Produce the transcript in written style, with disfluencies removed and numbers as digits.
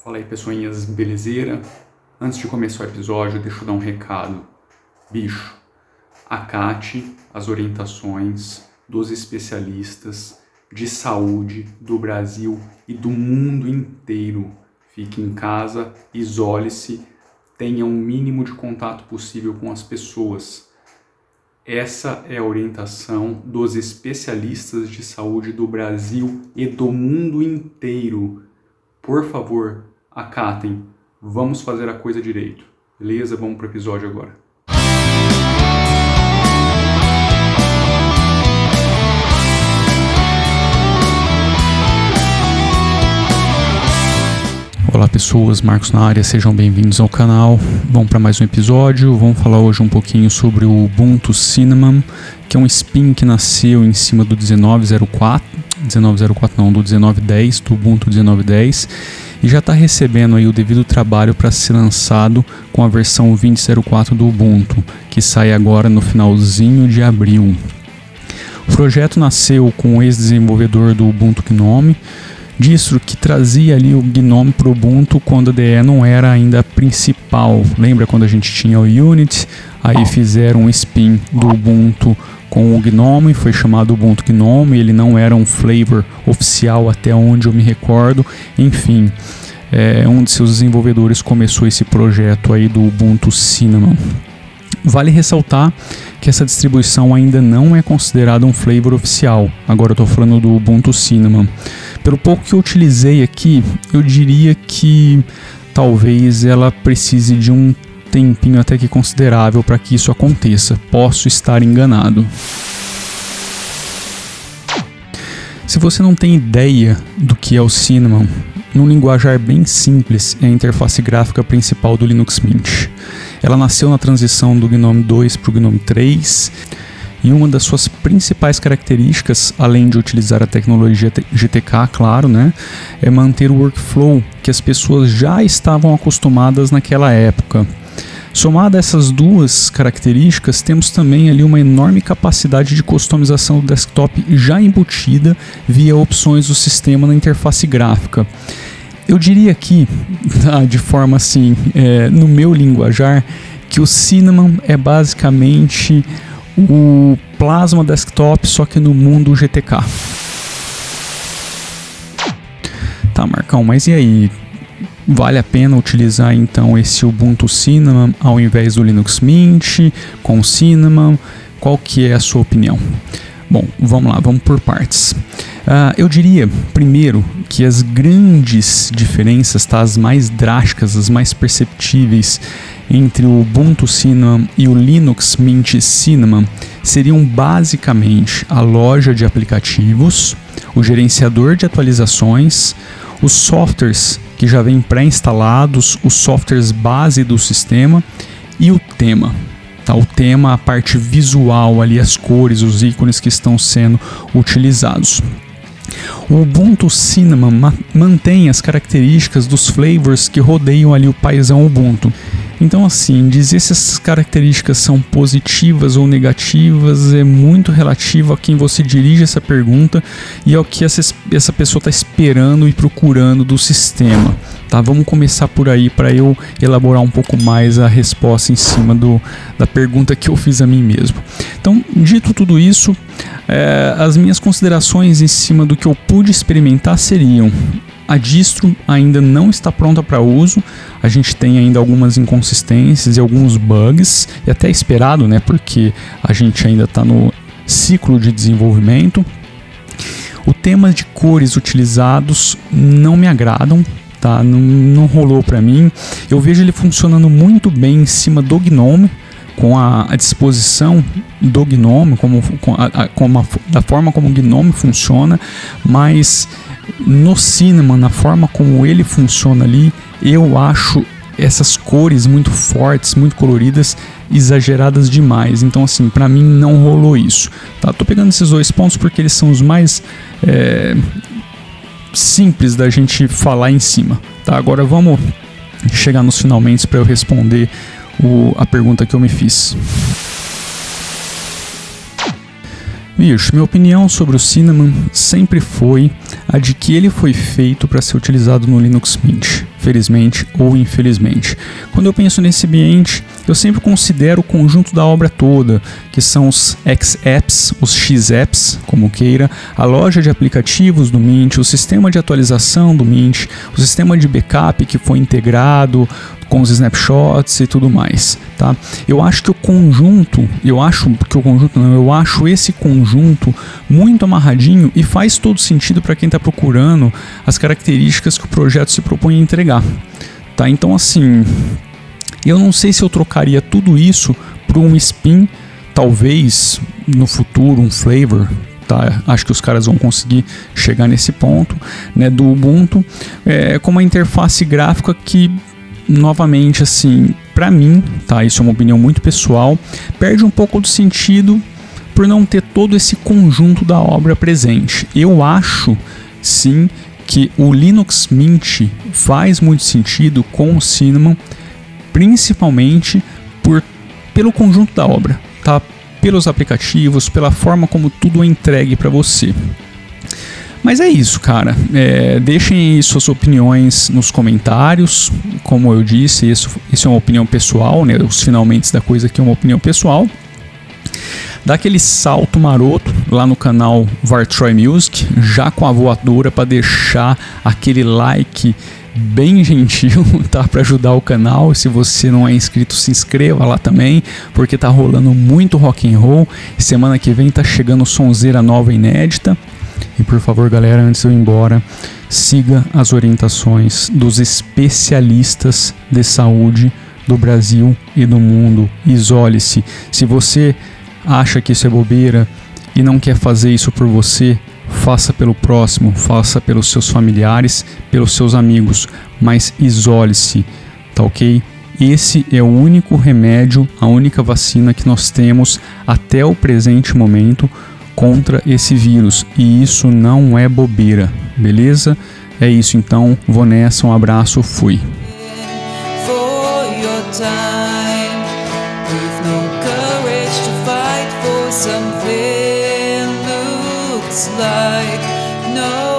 Fala aí, pessoinhas, belezeira? Antes de começar o episódio, deixa eu dar um recado. Bicho, acate as orientações dos especialistas de saúde do Brasil e do mundo inteiro. Fique em casa, isole-se, tenha o mínimo de contato possível com as pessoas. Essa é a orientação dos especialistas de saúde do Brasil e do mundo inteiro. Por favor, acatem. Vamos fazer a coisa direito. Beleza? Vamos para o episódio agora. Olá pessoas, Marcos na área, sejam bem-vindos ao canal. Vamos para mais um episódio. Vamos falar hoje um pouquinho sobre o Ubuntu Cinnamon, que é um spin que nasceu em cima do 19.10, do Ubuntu 19.10, e já está recebendo aí o devido trabalho para ser lançado com a versão 20.04 do Ubuntu, que sai agora no finalzinho de abril. O projeto nasceu com o ex-desenvolvedor do Ubuntu Gnome, distro que trazia ali o Gnome para o Ubuntu quando a IDE não era ainda a principal. Lembra quando a gente tinha o Unity? Aí fizeram um spin do Ubuntu com o Gnome, foi chamado Ubuntu Gnome, ele não era um flavor oficial até onde eu me recordo. Enfim, um de seus desenvolvedores começou esse projeto aí do Ubuntu Cinnamon. Vale ressaltar que essa distribuição ainda não é considerada um flavor oficial. Agora eu estou falando do Ubuntu Cinnamon. Pelo pouco que eu utilizei aqui, eu diria que talvez ela precise de um tempinho até que considerável para que isso aconteça. Posso estar enganado. Se você não tem ideia do que é o Cinnamon, num linguajar bem simples, é a interface gráfica principal do Linux Mint. Ela nasceu na transição do Gnome 2 para o Gnome 3, e uma das suas principais características, além de utilizar a tecnologia GTK, claro, é manter o workflow que as pessoas já estavam acostumadas naquela época. Somado a essas duas características, temos também ali uma enorme capacidade de customização do desktop já embutida via opções do sistema na interface gráfica. Eu diria aqui, de forma assim, no meu linguajar, que o Cinnamon é basicamente o Plasma Desktop, só que no mundo GTK. Tá, Marcão, mas e aí? Vale a pena utilizar então esse Ubuntu Cinnamon ao invés do Linux Mint com o Cinnamon? Qual que é a sua opinião? Bom, vamos lá, vamos por partes. Eu diria, primeiro, que as grandes diferenças, as mais drásticas, as mais perceptíveis entre o Ubuntu Cinnamon e o Linux Mint Cinnamon seriam basicamente a loja de aplicativos, o gerenciador de atualizações, os softwares que já vêm pré-instalados, os softwares base do sistema e o tema. O tema, a parte visual ali, as cores, os ícones que estão sendo utilizados. O Ubuntu Cinnamon mantém as características dos flavors que rodeiam ali o paizão Ubuntu. Então, assim, dizer se essas características são positivas ou negativas é muito relativo a quem você dirige essa pergunta e ao que essa pessoa está esperando e procurando do sistema. Tá? Vamos começar por aí para eu elaborar um pouco mais a resposta em cima da pergunta que eu fiz a mim mesmo. Então, dito tudo isso, as minhas considerações em cima do que eu pude experimentar seriam: a distro ainda não está pronta para uso, a gente tem ainda algumas inconsistências e alguns bugs, e até esperado, porque a gente ainda está no ciclo de desenvolvimento. O tema de cores utilizados não me agradam, tá? Não rolou para mim. Eu vejo ele funcionando muito bem em cima do Gnome, com a disposição do Gnome, da forma como o Gnome funciona, mas no Cinnamon, na forma como ele funciona ali, eu acho essas cores muito fortes, muito coloridas, exageradas demais. Então, assim, pra mim não rolou isso. Tá? Tô pegando esses dois pontos porque eles são os mais simples da gente falar em cima. Tá? Agora vamos chegar nos finalmente para eu responder a pergunta que eu me fiz. Bicho, minha opinião sobre o Cinnamon sempre foi a de que ele foi feito para ser utilizado no Linux Mint. felizmente ou infelizmente. Quando eu penso nesse ambiente, eu sempre considero o conjunto da obra toda, que são os X-Apps, os X-Apps, como queira, a loja de aplicativos do Mint, o sistema de atualização do Mint, o sistema de backup que foi integrado com os snapshots e tudo mais, tá? Eu acho esse conjunto muito amarradinho e faz todo sentido para quem está procurando as características que o projeto se propõe a entregar, tá? Então, assim, eu não sei se eu trocaria tudo isso por um spin, talvez no futuro um flavor, tá? Acho que os caras vão conseguir chegar nesse ponto, né, do Ubuntu, com uma interface gráfica que, novamente, assim, para mim, tá? Isso é uma opinião muito pessoal, perde um pouco do sentido por não ter todo esse conjunto da obra presente. Eu acho, sim, que o Linux Mint faz muito sentido com o Cinnamon, principalmente pelo conjunto da obra, tá? Pelos aplicativos, pela forma como tudo é entregue para você. Mas é isso, cara. Deixem aí suas opiniões nos comentários. Como eu disse, isso é uma opinião pessoal, né? Os finalmente da coisa aqui é uma opinião pessoal. Dá aquele salto maroto lá no canal Vartroy Music, já com a voadora, para deixar aquele like bem gentil, tá? Para ajudar o canal. E se você não é inscrito, se inscreva lá também, porque tá rolando muito rock and roll. Semana que vem tá chegando sonzeira nova inédita. E por favor, galera, antes de eu ir embora, siga as orientações dos especialistas de saúde do Brasil e do mundo. Isole-se. Se você acha que isso é bobeira e não quer fazer isso por você, faça pelo próximo, faça pelos seus familiares, pelos seus amigos, mas isole-se, tá ok? Esse é o único remédio, a única vacina que nós temos até o presente momento contra esse vírus, e isso não é bobeira, beleza? É isso então, vou nessa, um abraço, fui. Something looks like no